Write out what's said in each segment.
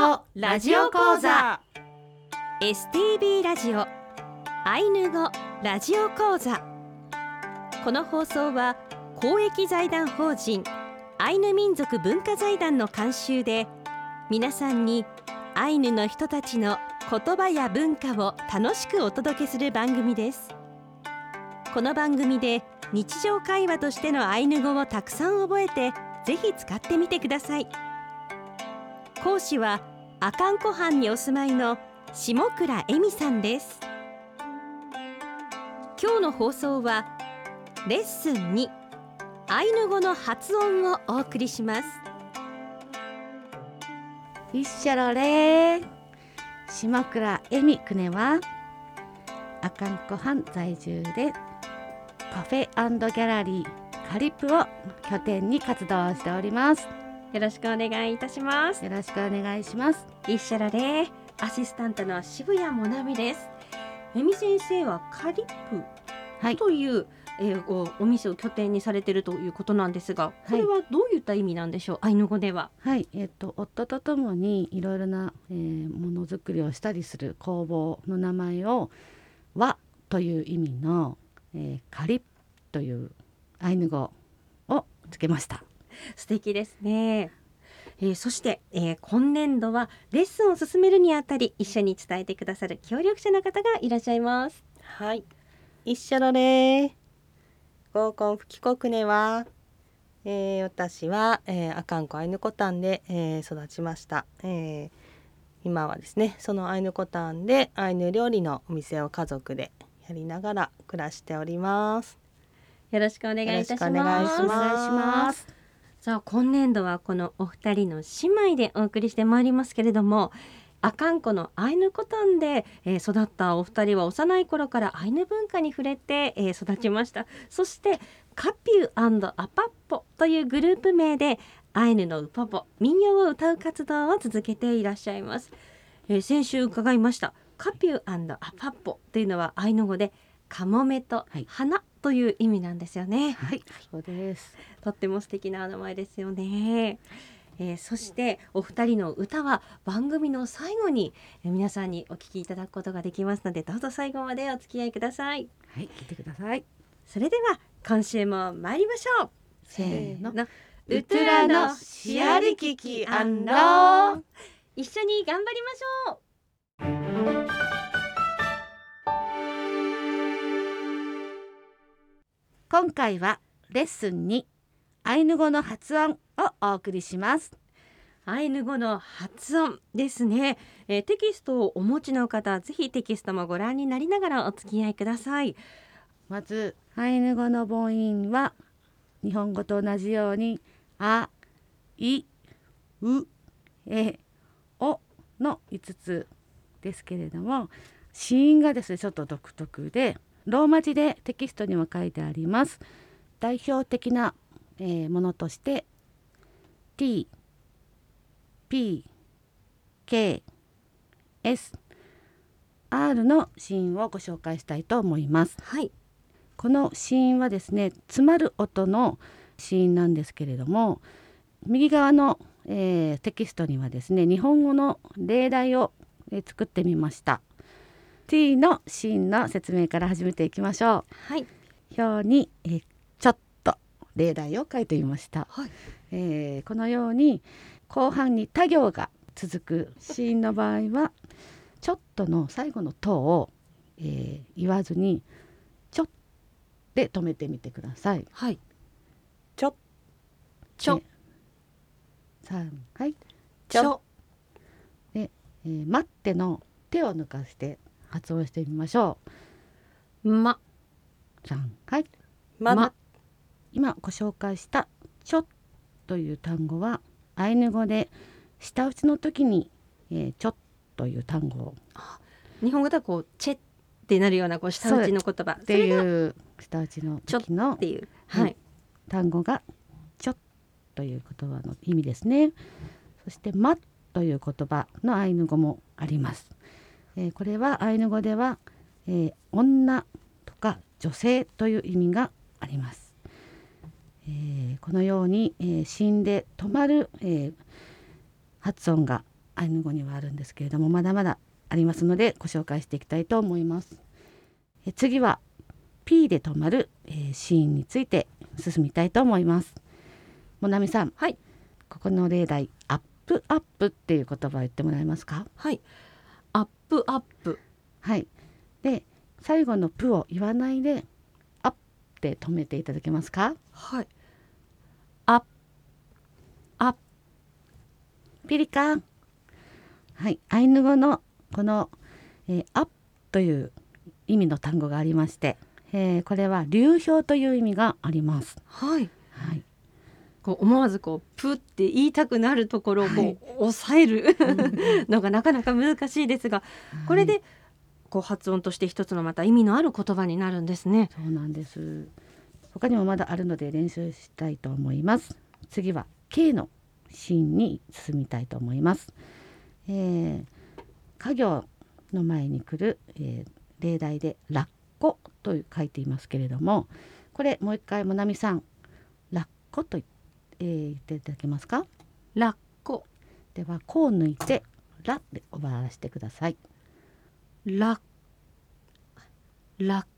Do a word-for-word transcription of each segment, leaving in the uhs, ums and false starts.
語ラジオ講座エスティービー ラジオアイヌ語ラジオ講座。この放送は公益財団法人アイヌ民族文化財団の監修で、皆さんにアイヌの人たちの言葉や文化を楽しくお届けする番組です。この番組で日常会話としてのアイヌ語をたくさん覚えて、ぜひ使ってみてください。講師は阿寒湖畔にお住まいの下倉恵美さんです。今日の放送はレッスンにアイヌ語の発音をお送りします。 いっしゃろれー下倉恵美くねは阿寒湖畔在住でカフェ&ギャラリーカリプを拠点に活動しております。 よろしくお願いいたします。 よろしくお願いします。 いっしゃられアシスタントの渋谷もなみです。恵美先生はカリプという、はい、えー、お, お店を拠点にされているということなんですが、これはどういった意味なんでしょう、はい、アイヌ語では。 はい、えー、と夫とともにいろいろな、えー、ものづくりをしたりする工房の名前を和という意味の、えー、カリプというアイヌ語をつけました。 素敵ですね。えー、そして、えー、今年度はレッスンを進めるにあたり一緒に伝えてくださる協力者の方がいらっしゃいます。 はい、いっしゃろれー合コン吹きこくねは、えー、私は、えー、阿寒湖アイヌコタンで、えー、育ちました、えー、今はですねそのアイヌコタンでアイヌ料理のお店を家族でやりながら暮らしております。 よろしくお願いいたします。 よろしくお願いします。 さあ今年度はこのお二人の姉妹でお送りしてまいりますけれども、阿寒湖のアイヌコタンで、えー、育ったお二人は幼い頃からアイヌ文化に触れて、えー、育ちました。そしてカピュー&アパッポというグループ名でアイヌのウポポ民謡を歌う活動を続けていらっしゃいます。えー、先週伺いましたカピュー&アパッポというのはアイヌ語でカモメと花という意味なんですよね。 はい、そうです。 とっても素敵なお名前ですよね。えー、そしてお二人の歌は番組の最後に、えー、皆さんにお聞きいただくことができますので、どうぞ最後までお付き合いください。 はい、聞いてください。 それでは今週も参りましょう。 せーの、 ウトゥラのシアリキキアンロー。一緒に頑張りましょう。 今回はレッスンにアイヌ語の発音をお送りします。 アイヌ語の発音ですね。えー、テキストをお持ちの方、ぜひテキストもご覧になりながらお付き合いください。 まずアイヌ語の母音は日本語と同じようにあ、い、う、え、おのいつつですけれども、子音がですねちょっと独特で、ローマ字でテキストにも書いてあります。代表的な、えー、ものとして T、P、K、S、R の子音をご紹介したいと思います。 はい、 この子音はですね詰まる音の子音なんですけれども、右側の、えー、テキストにはですね日本語の例題を、えー、作ってみました。T の子音の説明から始めていきましょう。 はい、 表に、えー、ちょっと例題を書いてみました。 はい、 えー、このように後半に他行が続く子音の場合はちょっとの最後のとを、えー、言わずにちょっで止めてみてください。 はい、 ちょちょ、 さん、はい、 ちょで、えー、待っての手を抜かして発音してみましょう。ま、 さん、はい、 ま、 ま。 今ご紹介したちょという単語はアイヌ語で舌打ちの時に、えー、ちょという単語を、 日本語ではこうチェってなるようなこう舌打ちの言葉っていう舌打ちの時のっていう、はい、 単語がちょという言葉の意味ですね。そしてまという言葉のアイヌ語もあります。えー、これはアイヌ語では、えー、女とか女性という意味があります。えー、このように、えー、子音で止まる、えー、発音がアイヌ語にはあるんですけれども、まだまだありますのでご紹介していきたいと思います。え次は P で止まる、えーシーンについて進みたいと思います。もなみさん、 はい、 ここの例題アップアップっていう言葉を言ってもらえますか？ はい、アップアップ。 はい。で最後のプを言わないでアップで止めていただけますか？ はい、アップアップ。 ピリカ。はい、アイヌ語のこの、えー、アップという意味の単語がありまして、えーこれは流氷という意味があります。 はい、 はい。 こう思わずこうプって言いたくなるところをこう、 はい抑えるのがなかなか難しいですが、これでこう発音として一つのまた意味のある言葉になるんですね。 そうなんです。他にもまだあるので練習したいと思います。次は K のシーンに進みたいと思います。えー、家行の前に来る、えー例題でラッコと書いていますけれども、これもう一回もなみさんラッコと、えー言っていただけますか？ ラッコ、 ではこを抜いてラで終わらせてください。 ララ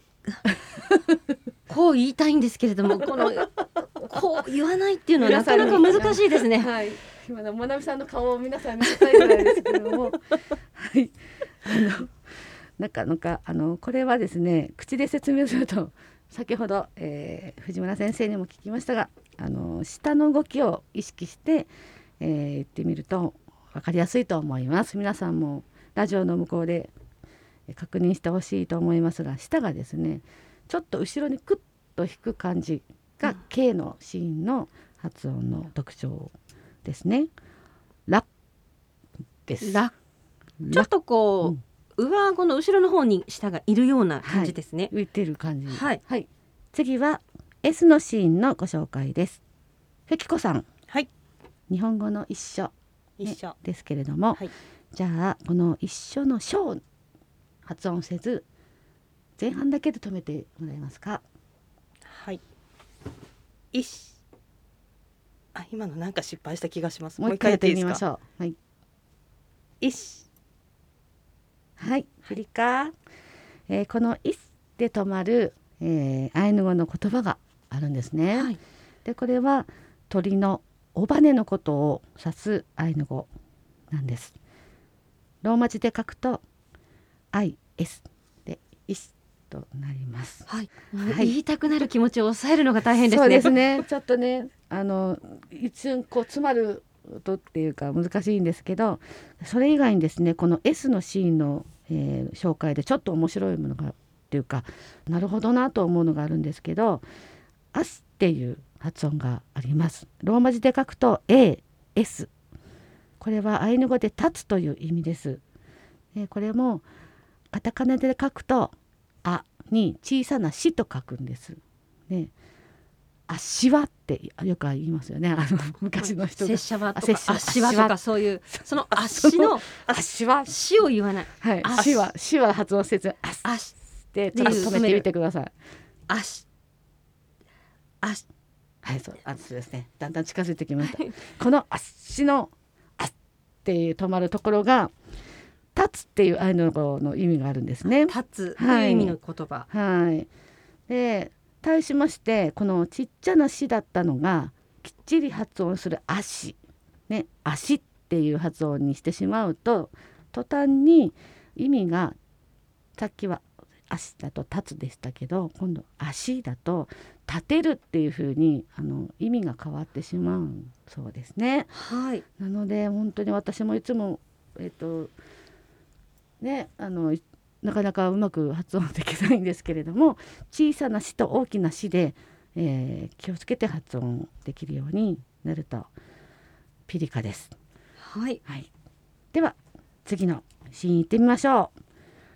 こう言いたいんですけれども、このこう言わないっていうのはなかなか難しいですね。 はい、今のもなみさんの顔を皆さん見せたいぐらいですけれどもはいあのなかなかあのこれはですね、口で説明すると先ほど、えー藤村先生にも聞きましたが、あの舌の動きを意識して、えー言ってみると分かりやすいと思います。皆さんもラジオの向こうで確認してほしいと思いますが、舌がですねちょっと後ろにクッと引く感じが K のシーンの発音の特徴ですね。ラですラちょっとこう、うん上顎の後ろの方に舌がいるような感じですね。 はい、浮いてる感じ。 はい、 はい、次は S のシーンのご紹介です。ふきこさん、 はい、 日本語の一緒、ね、 一緒ですけれども、 はい、 じゃあこの一緒の小発音せず前半だけで止めてもらえますか？ はい、いしあ今のなんか失敗した気がします。 もう一回やってみましょう。はい、 いしはい、フリカ、えー、このイスで止まる、えー、アイヌ語の言葉があるんですね。 はい、でこれは鳥の尾羽のことを指すアイヌ語なんです。ローマ字で書くと アイエス でイスとなります。 はいはい、言いたくなる気持ちを抑えるのが大変ですね。 そうですね。ちょっとね、あの一瞬こう詰まるとっていうか難しいんですけど、それ以外にですね、この S のシーンの、えー紹介でちょっと面白いものがっていうか、なるほどなと思うのがあるんですけど、アスっていう発音があります。ローマ字で書くと エーエス、 これはアイヌ語で立つという意味です。でこれもカタカナで書くとあに小さなしと書くんです。ね、あしわってよく言いますよね。あの昔の人が。 拙者はとか拙者足はとかそういうその足の足はしを言わない。 はい。 足しはしは発音せずあ足でちょっと止めてみてください。 足足はいそうあそうですね。だんだん近づいてきました。この足のあっていう止まるところが立つっていうアイヌ語の意味があるんですね。 立つという意味の言葉。 はい。で対しましてこのちっちゃなしだったのがきっちり発音する足ね、足っていう発音にしてしまうと途端に意味がさっきは足だと立つでしたけど、今度足だと立てるっていう風にあの意味が変わってしまうそうですね。 はい。 なので本当に私もいつもえっとねあのなかなかうまく発音できないんですけれども、小さなしと大きなしで、えー気をつけて発音できるようになるとピリカです。 はい。 はい、では次のシーン行ってみましょう。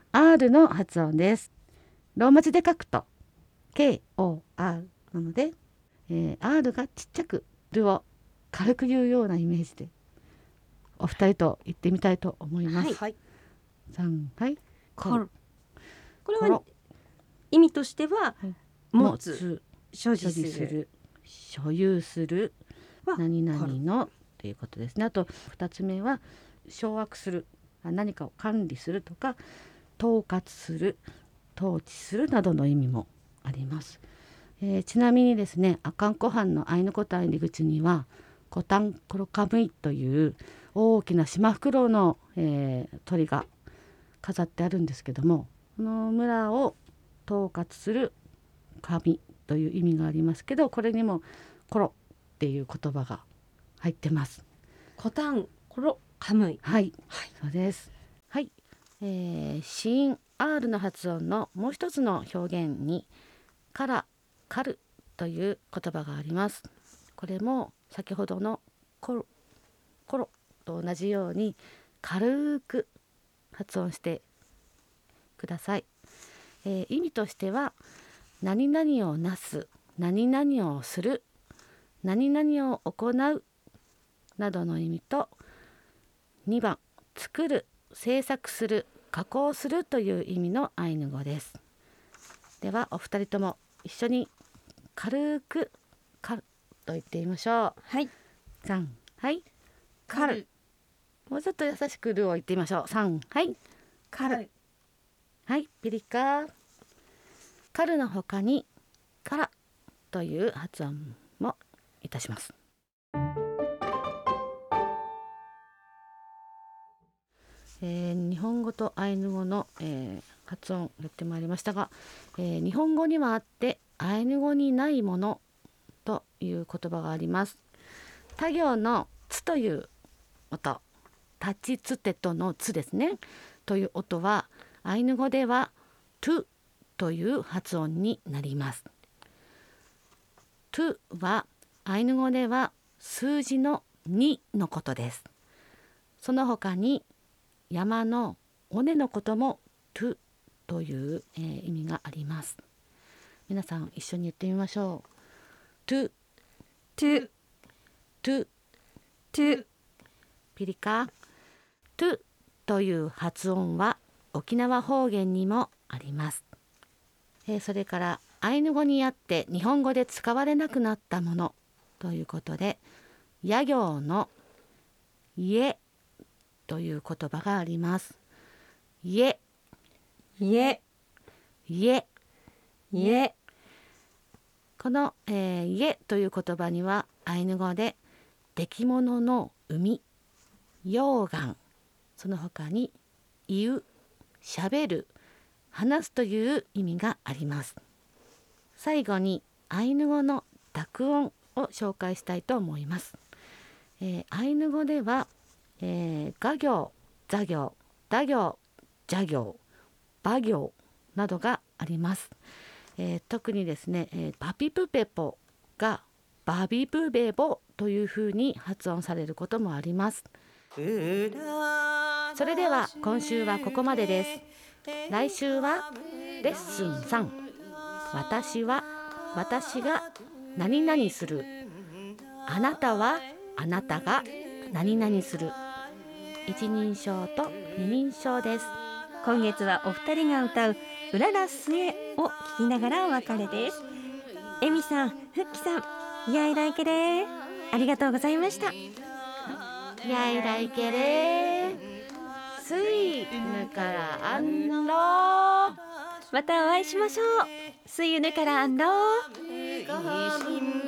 R の発音です。ローマ字で書くと ケーオーアール なので、えー R がちっちゃくルを軽く言うようなイメージでお二人と言ってみたいと思います。 はい、 さんはいこれこれころは意味としてははい持つ、 持つ所持所する持する所有するは何々のということですね。あとふたつめは掌握する、何かを管理するとか統括する、統治するなどの意味もあります。えー、ちなみにですね、阿寒湖畔のアイヌコタン入り口にはコタンコロカムイという大きなシマフクロウの、えー、鳥が飾ってあるんですけども、この村を統括する神という意味がありますけど、これにもコロっていう言葉が入ってます。 コタンコロカムイ、 はい、はい、そうです。はい、えー、子音 R の発音のもう一つの表現にカラカルという言葉があります。これも先ほどのコロコロと同じように軽く発音してください。えー、意味としては何々をなす、何々をする、何々を行うなどの意味と、にばん作る、制作する、加工するという意味のアイヌ語です。ではお二人とも一緒に軽くカルと言ってみましょう。 はい、 さん、はい、 カル、 もうちょっと優しくルを言ってみましょう。さん、はい、 カル、 はい、ピリカ。カルの他にカラという発音もいたします。えー、日本語とアイヌ語の、えー、発音やってまいりましたが、えー、日本語にはあってアイヌ語にないものという言葉があります。他行のつという音、立ちつてとのつですね、という音はアイヌ語ではトゥという発音になります。トゥはアイヌ語では数字のにのことです。その他に山の尾根のこともトゥという、えー、意味があります。皆さん一緒に言ってみましょう。トゥトゥトゥトゥ、 ピリカ。トゥという発音は沖縄方言にもあります。えー、それからアイヌ語にあって日本語で使われなくなったものということで、野行の家という言葉があります。家、 家、 家、 家、 この、えー、家という言葉にはアイヌ語で出来物の生み、溶岩、その他に言う、しゃべる、話すという意味があります。最後にアイヌ語の濁音を紹介したいと思います。えー、アイヌ語では、えー、画行、座行、打行、邪行、馬行などがあります。えー、特にですね、えー、パピプペポがバビブベボというふうに発音されることもあります。それでは今週はここまでです。来週はレッスンさん、私は私が何々する、あなたはあなたが何々する、一人称と二人称です。 今月はお二人が歌ううららすえを聞きながらお別れです。えみさん、ふっきさん、やいらいけれー、ありがとうございました。 やいらいけれー、すいぬからあんろー、 またお会いしましょう。See you ねからあんろー。